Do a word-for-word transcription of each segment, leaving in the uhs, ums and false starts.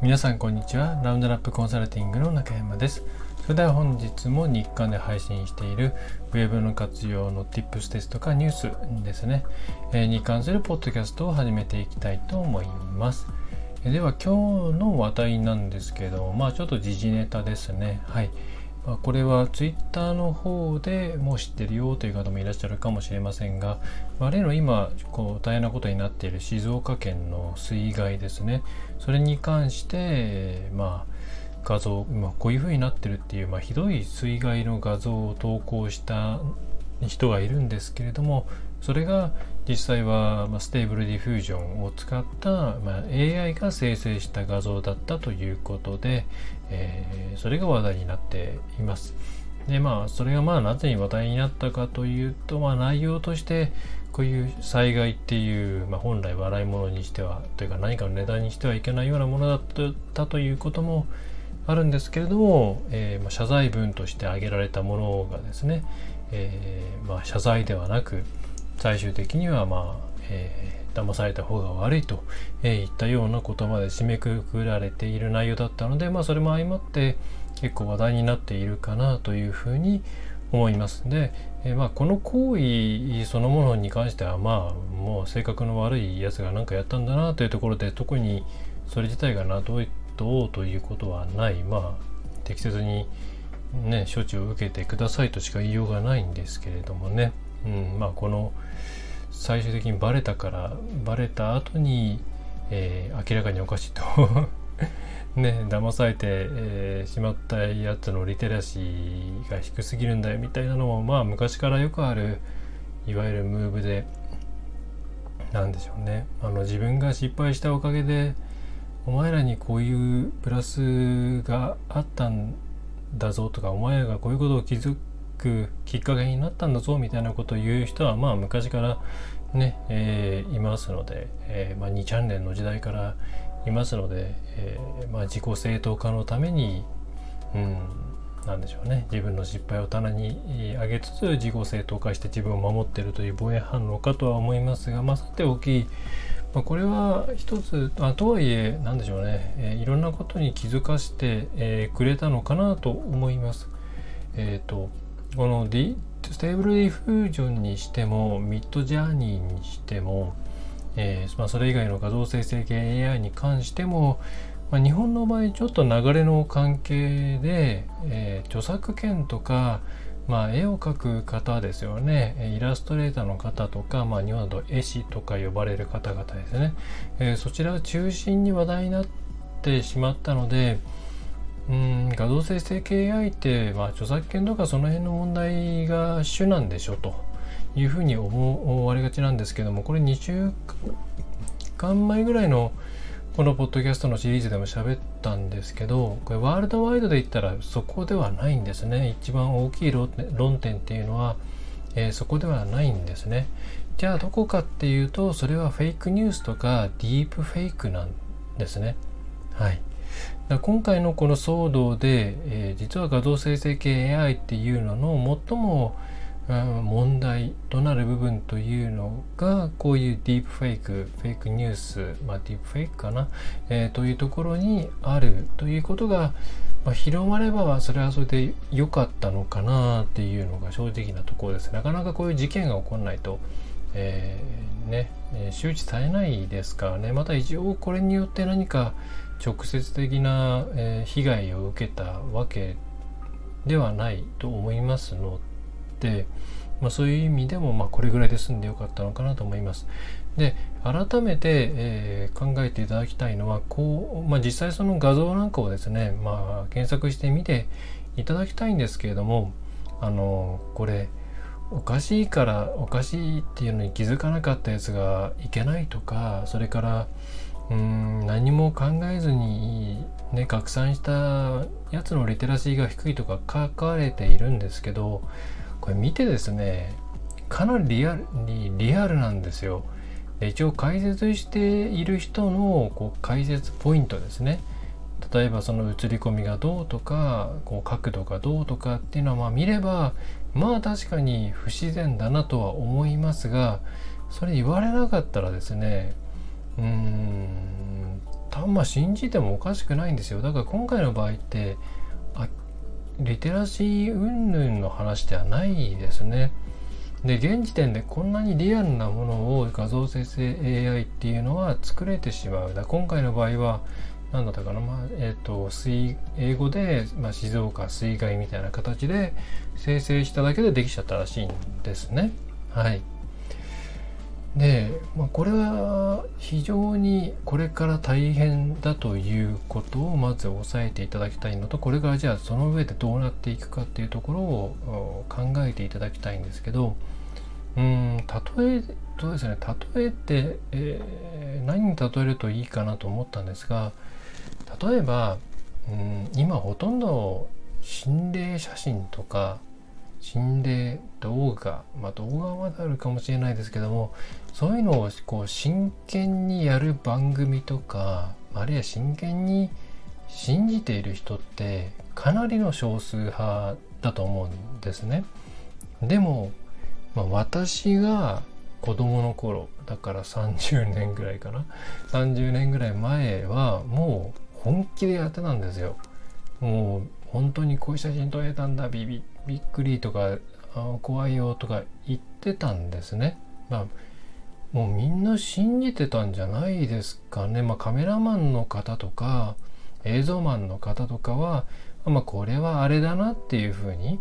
皆さんこんにちは。ラウンドラップコンサルティングの中山です。それでは本日も日刊で配信しているウェブの活用の Tips ですとかニュースですね、えー、に関するポッドキャストを始めていきたいと思います。えー、では今日の話題なんですけど、まあちょっと時事ネタですね。はい。まあ、これは Twitter の方でもう知ってるよという方もいらっしゃるかもしれませんが、まあ、例の今こう大変なことになっている静岡県の水害ですね。それに関して、まあ、画像、まあ、こういう風になってるっていう、まあ、ひどい水害の画像を投稿した人がいるんですけれども、それが実際は、まあ、ステーブルディフュージョンを使った、まあ、エーアイ が生成した画像だったということで、えー、それが話題になっています。でまあそれがまあなぜに話題になったかというと、まあ、内容としてこういう災害っていう、まあ、本来笑い物にしてはというか何かのネタにしてはいけないようなものだったということもあるんですけれども、えーまあ、謝罪文として挙げられたものがですね、えーまあ、謝罪ではなく最終的にはまあ、えー、騙された方が悪いと、えー、いったような言葉で締めくくられている内容だったので、まあそれも相まって結構話題になっているかなというふうに思います。で、えー、まあこの行為そのものに関してはまあもう性格の悪いやつが何かやったんだなというところで、特にそれ自体がなどうどうということはない、まあ適切にね処置を受けてくださいとしか言いようがないんですけれどもね。うん、まあこの最終的にバレたからバレた後に、えー、明らかにおかしいとね騙されて、えー、しまったやつのリテラシーが低すぎるんだよみたいなのもまあ昔からよくあるいわゆるムーブでなんでしょうね。あの自分が失敗したおかげでお前らにこういうプラスがあったんだぞとか、お前らがこういうことを気づくきっかけになったんだぞみたいなことを言う人はまあ昔からね、えー、いますので、えーまあ、にチャンネルの時代からいますので、えーまあ、自己正当化のために、うん、なんでしょうね、自分の失敗を棚に上げつつ自己正当化して自分を守っているという防衛反応かとは思いますが、まあ、さておき、まあ、これは一つあとはいえなんでしょうね、えー、いろんなことに気づかせて、えー、くれたのかなと思います。えっとこの、D、ステーブルディフュージョンにしてもミッドジャーニーにしても、えーまあ、それ以外の画像生成系 エーアイ に関しても、まあ、日本の場合ちょっと流れの関係で、えー、著作権とか、まあ、絵を描く方ですよね、イラストレーターの方とか、まあ、日本だと絵師とか呼ばれる方々ですね、えー、そちらを中心に話題になってしまったので、うん画像生成系 エーアイ って、まあ、著作権とかその辺の問題が主なんでしょというふうに思われがちなんですけども、これにしゅうかんまえぐらいのこのポッドキャストのシリーズでも喋ったんですけど、これワールドワイドで言ったらそこではないんですね。一番大きい論点っていうのは、えー、そこではないんですね。じゃあどこかっていうと、それはフェイクニュースとかディープフェイクなんですね。はい。今回のこの騒動で、えー、実は画像生成系 エーアイ っていうのの最も、うん、問題となる部分というのがこういうディープフェイク、フェイクニュース、まあディープフェイクかな、えー、というところにあるということが、まあ、広まればそれはそれで良かったのかなっていうのが正直なところです。なかなかこういう事件が起こらないと、えー、ね、えー、周知されないですからね。また一応これによって何か直接的な、えー、被害を受けたわけではないと思いますので、まあ、そういう意味でもまあこれぐらいで済んでよかったのかなと思います。で改めて、えー、考えていただきたいのはこう、まあ、実際その画像なんかをですね、まあ、検索してみていただきたいんですけれども、あのこれおかしいからおかしいっていうのに気づかなかったやつがいけないとか、それからうーん何も考えずに、ね、拡散したやつのリテラシーが低いとか書かれているんですけど、これ見てですねかなりリアルにリアルなんですよ。一応解説している人のこう解説ポイントですね。例えばその映り込みがどうとかこう角度がどうとかっていうのはまあ見ればまあ確かに不自然だなとは思いますが、それ言われなかったらですねうーんたまあ信じてもおかしくないんですよ。だから今回の場合ってあリテラシー云々の話ではないですね。で現時点でこんなにリアルなものを画像生成 エーアイ っていうのは作れてしまう。だ今回の場合は何だったかな、まあえー、と水英語で、まあ、静岡水害みたいな形で生成しただけでできちゃったらしいんですね。はい。で、まあ、これは非常にこれから大変だということをまず押さえていただきたいのと、これからじゃあその上でどうなっていくかっていうところを考えていただきたいんですけど、うーん例えそうですね例えて、えー、何に例えるといいかなと思ったんですが、例えばうん今ほとんど心霊写真とか心霊動画、まあ動画はまだあるかもしれないですけども、そういうのをこう真剣にやる番組とか、あるいは真剣に信じている人ってかなりの少数派だと思うんですね。でも、まあ、私が子供の頃だからさんじゅうねんぐらいかなさんじゅうねんぐらい前はもう本気でやってたんですよ。もう本当にこういう写真撮れたんだビビびっくりとかあ怖いよとか言ってたんですね。まあもうみんな信じてたんじゃないですかね。まあカメラマンの方とか映像マンの方とかはまあこれはあれだなっていうふうに、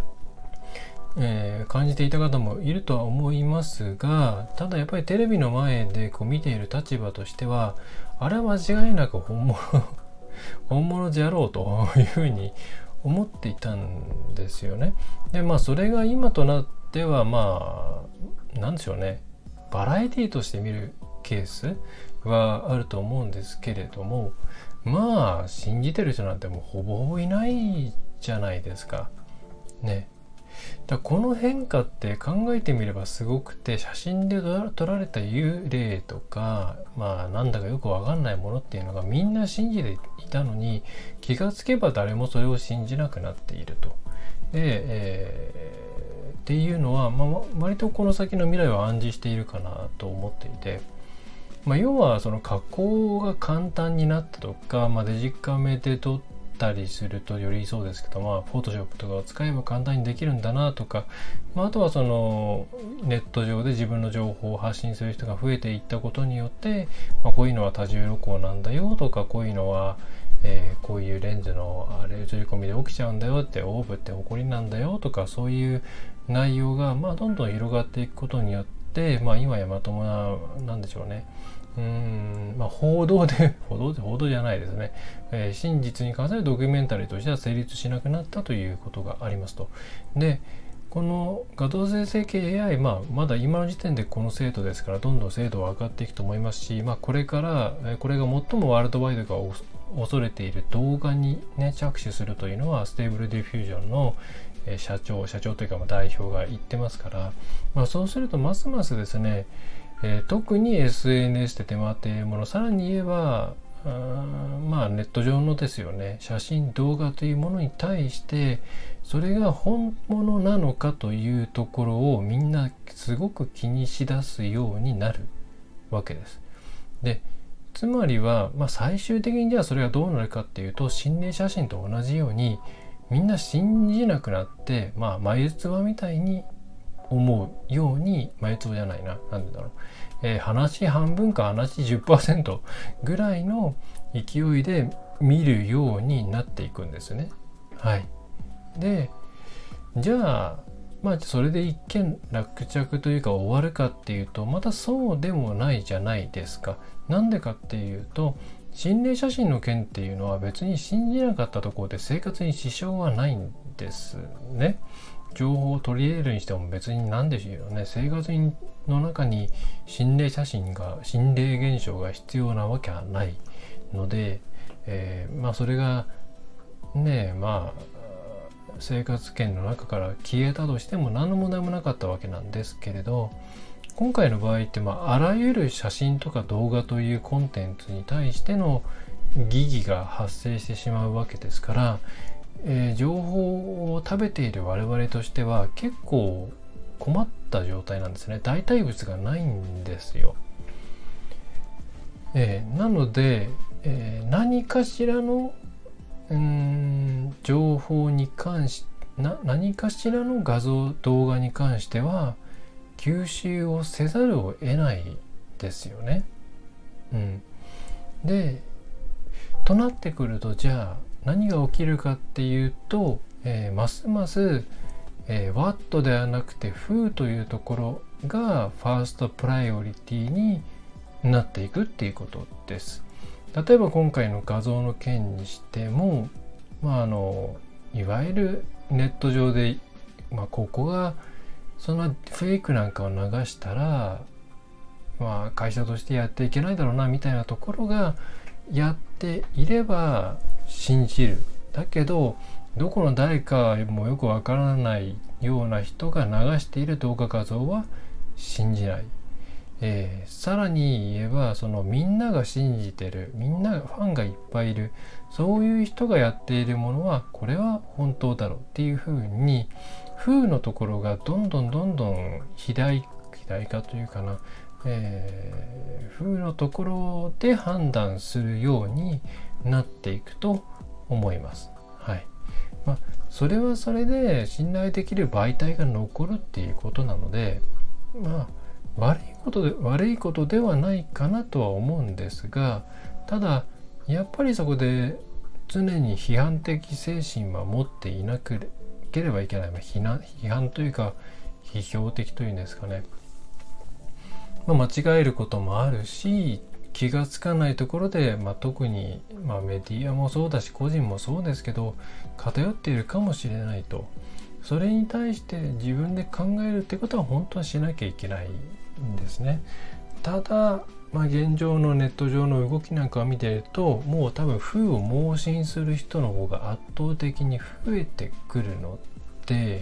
えー、感じていた方もいるとは思いますが、ただやっぱりテレビの前でこう見ている立場としてはあれは間違いなく本物本物じゃろうというふうに思っていたんですよね。でまあそれが今となってはまあなんでしょうね、バラエティとして見るケースはあると思うんですけれども、まあ信じてる人なんてもうほぼほぼいないじゃないですかね。だこの変化って考えてみればすごくて、写真で撮られた幽霊とかまあなんだかよくわかんないものっていうのがみんな信じていたのに、気がつけば誰もそれを信じなくなっていると。で、えー、っていうのは、まあ、割とこの先の未来を暗示しているかなと思っていて、まあ、要はその加工が簡単になったとか、まあ、デジカメで撮ったりするとよりそうですけど、まあ、フォトショップとかを使えば簡単にできるんだなとか、まあ、あとはそのネット上で自分の情報を発信する人が増えていったことによって、まあ、こういうのは多重露光なんだよとか、こういうのは、えー、こういうレンズのあれ映り込みで起きちゃうんだよって、オーブって埃なんだよとか、そういう内容が、まあ、どんどん広がっていくことによって、まあ、今やまともな、なんでしょうね、うーんまあ、報道で報道で報道じゃないですね、えー、真実に関するドキュメンタリーとしては成立しなくなったということがありますと。でこの画像生成系 エーアイ、まあ、まだ今の時点でこの精度ですからどんどん精度は上がっていくと思いますし、まあ、これからこれが最もワールドワイドが恐れている動画に、ね、着手するというのはステーブルディフュージョンの社長社長というか代表が言ってますから、まあ、そうするとますますですね、えー、特に エスエヌエス で出回っているもの、さらに言えばまあネット上のですよね、写真動画というものに対してそれが本物なのかというところをみんなすごく気にしだすようになるわけです。でつまりは、まあ、最終的にじゃあそれがどうなるかっていうと、心霊写真と同じようにみんな信じなくなって、まあ眉唾みたいに思うように、眉唾じゃないな、なんでだろう、えー、話半分か話 じゅっパーセント ぐらいの勢いで見るようになっていくんですね。はい。でじゃあまあそれで一見落着というか終わるかっていうと、またそうでもないじゃないですか。なんでかっていうと、心霊写真の件っていうのは別に信じなかったところで生活に支障はないんですね。情報を取り入れるにしても別に何でしょうね、生活の中に心霊写真が心霊現象が必要なわけはないので、えー、まあそれがねまあ生活圏の中から消えたとしても何の問題もなかったわけなんですけれど、今回の場合って、まあ、あらゆる写真とか動画というコンテンツに対しての疑義が発生してしまうわけですから、えー、情報を食べている我々としては結構困った状態なんですね。代替物がないんですよ。えー、なので、 えー、何かしらのうーん情報に関しな何かしらの画像動画に関しては吸収をせざるを得ないですよね。うん、でとなってくると、じゃあ何が起きるかっていうと、えー、ますます、えー、What ではなくて Who というところがファーストプライオリティになっていくっていうことです。例えば今回の画像の件にしても、まあ、あのいわゆるネット上で、まあ、ここがそのフェイクなんかを流したら、まあ、会社としてやっていけないだろうなみたいなところがやっていれば信じる。だけどどこの誰かもよくわからないような人が流している動画画像は信じない。えー、さらに言えば、そのみんなが信じてる、みんなファンがいっぱいいる、そういう人がやっているものはこれは本当だろうっていうふうに風のところがどんどんどんどん肥大肥大化というかな、えー、風のところで判断するようになっていくと思います。はい。まあそれはそれで信頼できる媒体が残るっていうことなので、まあ悪いことで悪いことではないかなとは思うんですが、ただやっぱりそこで常に批判的精神は持っていなければいけない、まあ、批判、批判というか批評的というんですかね、まあ、間違えることもあるし、気がつかないところで、まあ、特に、まあ、メディアもそうだし個人もそうですけど偏っているかもしれないと、それに対して自分で考えるってことは本当はしなきゃいけないんですね。ただ、まあ、現状のネット上の動きなんかを見ていると、もう多分風を盲信する人の方が圧倒的に増えてくるので、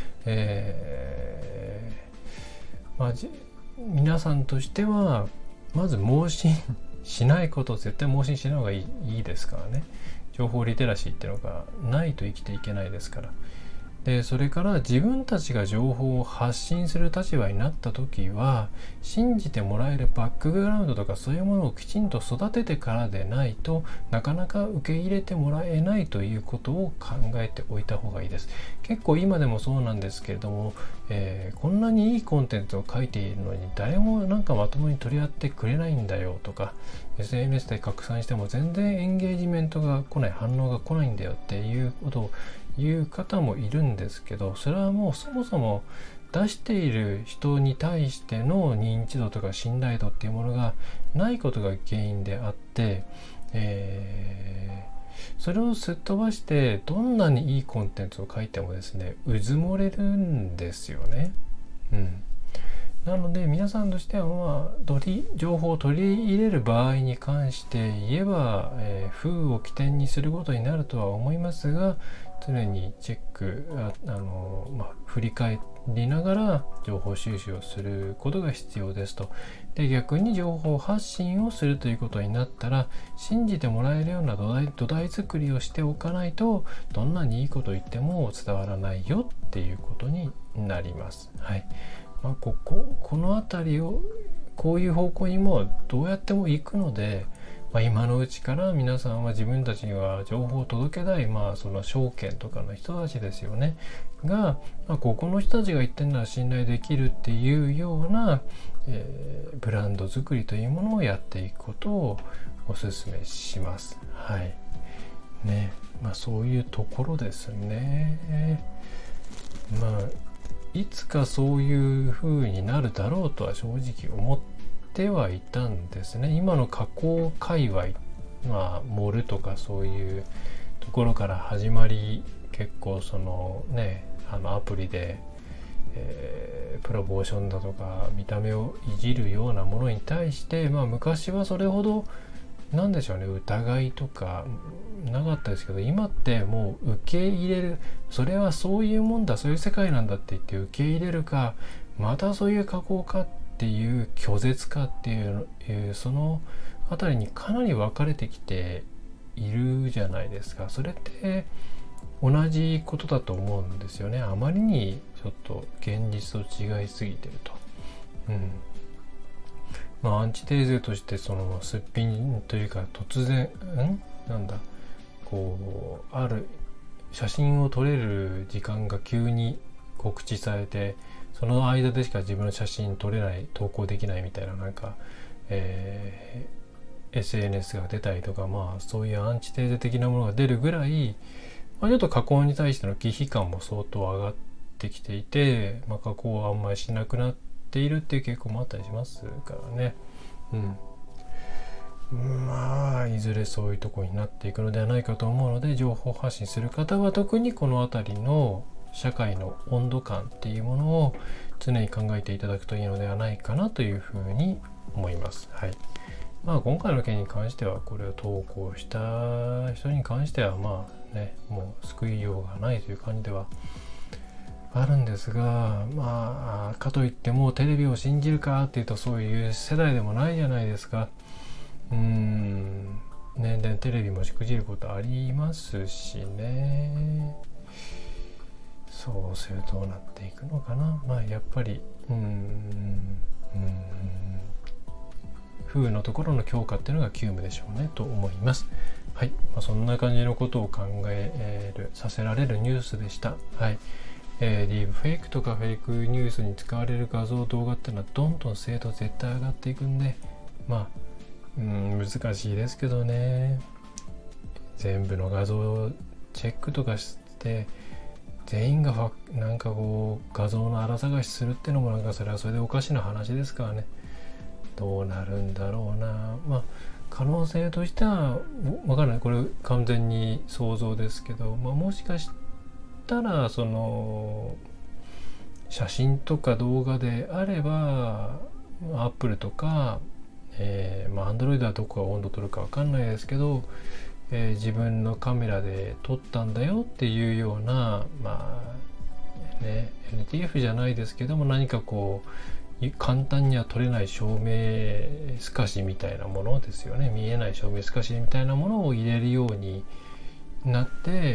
えーまあ、皆さんとしてはまず盲信しないこと、絶対盲信しない方がいい、いいですからね。情報リテラシーっていうのがないと生きていけないですから。でそれから自分たちが情報を発信する立場になった時は、信じてもらえるバックグラウンドとかそういうものをきちんと育ててからでないとなかなか受け入れてもらえないということを考えておいた方がいいです。結構今でもそうなんですけれども、えー、こんなにいいコンテンツを書いているのに誰もなんかまともに取り合ってくれないんだよとか、 エスエヌエス で拡散しても全然エンゲージメントが来ない、反応が来ないんだよっていうことをいう方もいるんですけど、それはもうそもそも出している人に対しての認知度とか信頼度っていうものがないことが原因であって、えー、それをすっ飛ばしてどんなにいいコンテンツを書いてもですね、うずもれるんですよね。うん。なので皆さんとしては、まあ、取り情報を取り入れる場合に関して言えば、えー、風を起点にすることになるとは思いますが、常にチェック、あ、あのまあ、振り返りながら情報収集をすることが必要ですと。で逆に情報発信をするということになったら、信じてもらえるような土台、土台作りをしておかないと、どんなにいいこと言っても伝わらないよっていうことになります。はい。まあ、こここの辺りをこういう方向にもどうやっても行くので、まあ、今のうちから皆さんは自分たちには情報を届けたい、まあその証券とかの人たちですよねが、まあ、ここの人たちが言ってるのは信頼できるっていうような、えー、ブランド作りというものをやっていくことをお勧めします。はいね、まあそういうところですね。まあいつかそういう風になるだろうとは正直思ってはいたんですね。今の加工界隈、まあ盛るとかそういうところから始まり、結構そのね、あのアプリで、えー、プロモーションだとか見た目をいじるようなものに対して、まあ昔はそれほどなんでしょうね、疑いとかなかったですけど、今ってもう受け入れる、それはそういうもんだ、そういう世界なんだって言って受け入れるか、またそういう加工かっていう拒絶かっていう、いうそのあたりにかなり分かれてきているじゃないですか。それって同じことだと思うんですよね。あまりにちょっと現実と違いすぎてると。うんまあアンチテーゼとしてそのすっぴんというか突然んなんだこうある写真を撮れる時間が急に告知されて、その間でしか自分の写真撮れない投稿できないみたいななんか、えー、エスエヌエス が出たりとか、まあそういうアンチテーゼ的なものが出るぐらい、まあ、ちょっと加工に対しての忌避感も相当上がってきていて、まあ、加工はあんまりしなくなっているっていう傾向もあったりしますからね。うんまあいずれそういうところになっていくのではないかと思うので、情報発信する方は特にこの辺りの社会の温度感っていうものを常に考えていただくといいのではないかなというふうに思います。はい。まあ今回の件に関してはこれを投稿した人に関してはまあねもう救いようがないという感じではあるんですが、まあかといってもうテレビを信じるかっていうとそういう世代でもないじゃないですか。うーんね、でテレビもしくじることありますしね。そうするとどうなっていくのかな。まあやっぱりうーんうん風のところの強化っていうのが急務でしょうねと思います。はい、まあ、そんな感じのことを考えるさせられるニュースでした。はい、えー、ディープフェイクとかフェイクニュースに使われる画像動画っていうのはどんどん精度絶対上がっていくんで、まあうん難しいですけどね。全部の画像チェックとかして全員がなんかこう画像の荒探しするっていうのもなんかそれはそれでおかしな話ですからね。どうなるんだろうな。まあ可能性としては分からない。これ完全に想像ですけど、まあ、もしかしたらその写真とか動画であれば Apple とか、えーまあ、Android はどこが温度取るか分かんないですけど、えー、自分のカメラで撮ったんだよっていうようなまあね エヌティーエフ じゃないですけども何かこう簡単には取れない照明透かしみたいなものですよね。見えない照明透かしみたいなものを入れるようになって、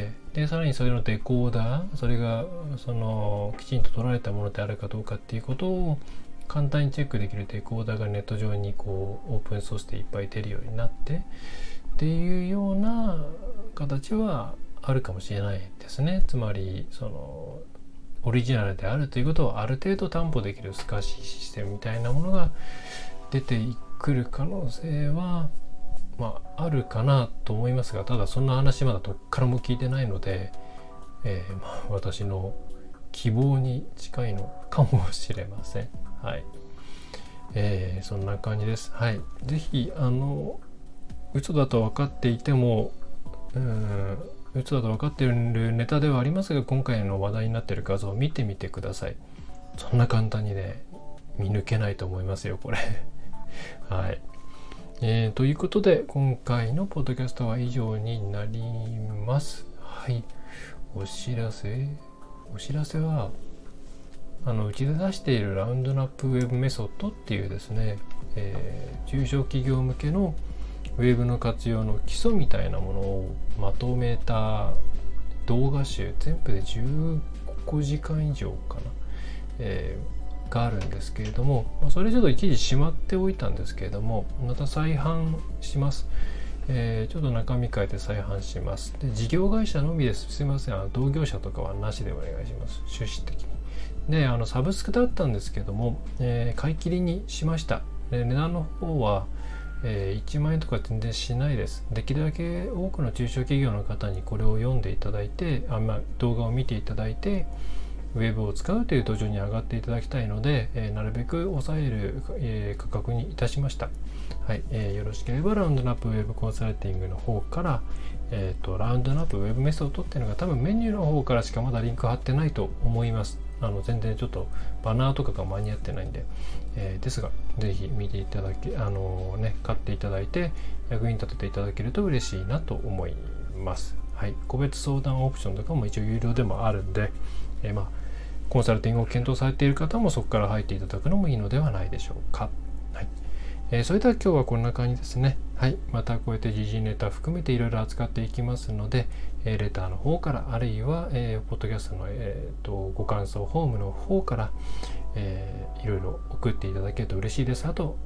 でさらにそれのデコーダー、それがそのきちんと撮られたものであるかどうかっていうことを簡単にチェックできるデコーダーがネット上にこうオープンソースでいっぱい出るようになってっていうような形はあるかもしれないですね。つまりそのオリジナルであるということをある程度担保できる透かしシステムみたいなものが出てくる可能性は、まあ、あるかなと思いますが、ただそんな話まだどっからも聞いてないので、えーまあ、私の希望に近いのかもしれません。はい、えー、そんな感じです。はい、ぜひあの嘘だと分かっていてもうーん嘘だと分かっているネタではありますが、今回の話題になっている画像を見てみてください。そんな簡単にね見抜けないと思いますよこれはい、えー、ということで今回のポッドキャストは以上になります。はい、お知らせお知らせはあのうちで出しているラウンドナップウェブメソッドっていうですね、えー、中小企業向けのウェブの活用の基礎みたいなものをまとめた動画集、全部でじゅうごじかん以上かな、えー、があるんですけれども、それちょっと一時しまっておいたんですけれども、また再販します。えー、ちょっと中身変えて再販します。で、事業会社のみです。すいません、あの同業者とかはなしでお願いします。趣旨的に。で、あのサブスクだったんですけども、えー、買い切りにしました。で、値段の方はえー、いちまんえんとか全然しないです。できるだけ多くの中小企業の方にこれを読んでいただいて、あ、まあ、動画を見ていただいてウェブを使うという土壌に上がっていただきたいので、えー、なるべく抑える、えー、価格にいたしました。はい、えー、よろしければラウンドナップウェブコンサルティングの方から、えーと、ラウンドナップウェブメソッドっていうのが多分メニューの方からしかまだリンク貼ってないと思います。あの全然ちょっとバナーとかが間に合ってないんで、えー、ですがぜひ見ていただけ、あのー、ね、買っていただいて役に立てていただけると嬉しいなと思います。はい、個別相談オプションとかも一応有料でもあるんで、えー、まあコンサルティングを検討されている方もそこから入っていただくのもいいのではないでしょうか。はい、えー、それでは今日はこんな感じですね。はい、またこうやって時事ネタ含めていろいろ扱っていきますので、えー、レターの方からあるいは、えー、ポッドキャストの、えー、とご感想フォームの方から、えー、いろいろ送っていただけると嬉しいです。あと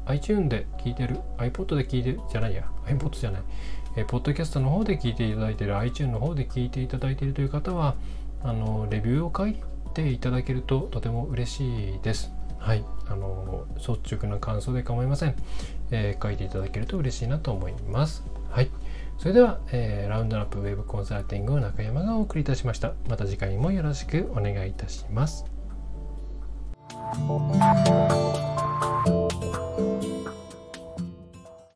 iTunes で聞いてる iPod で聞いてるじゃないや iPod じゃない、えー、ポッドキャストの方で聞いていただいている iTunes の方で聞いていただいているという方はあのレビューを書いていただけるととても嬉しいです。はい、あの率直な感想で構いません、えー、書いていただけると嬉しいなと思います。はい、それでは、えー、ラウンドナップウェブコンサルティングを中山がお送りいたしました。また次回もよろしくお願いいたします。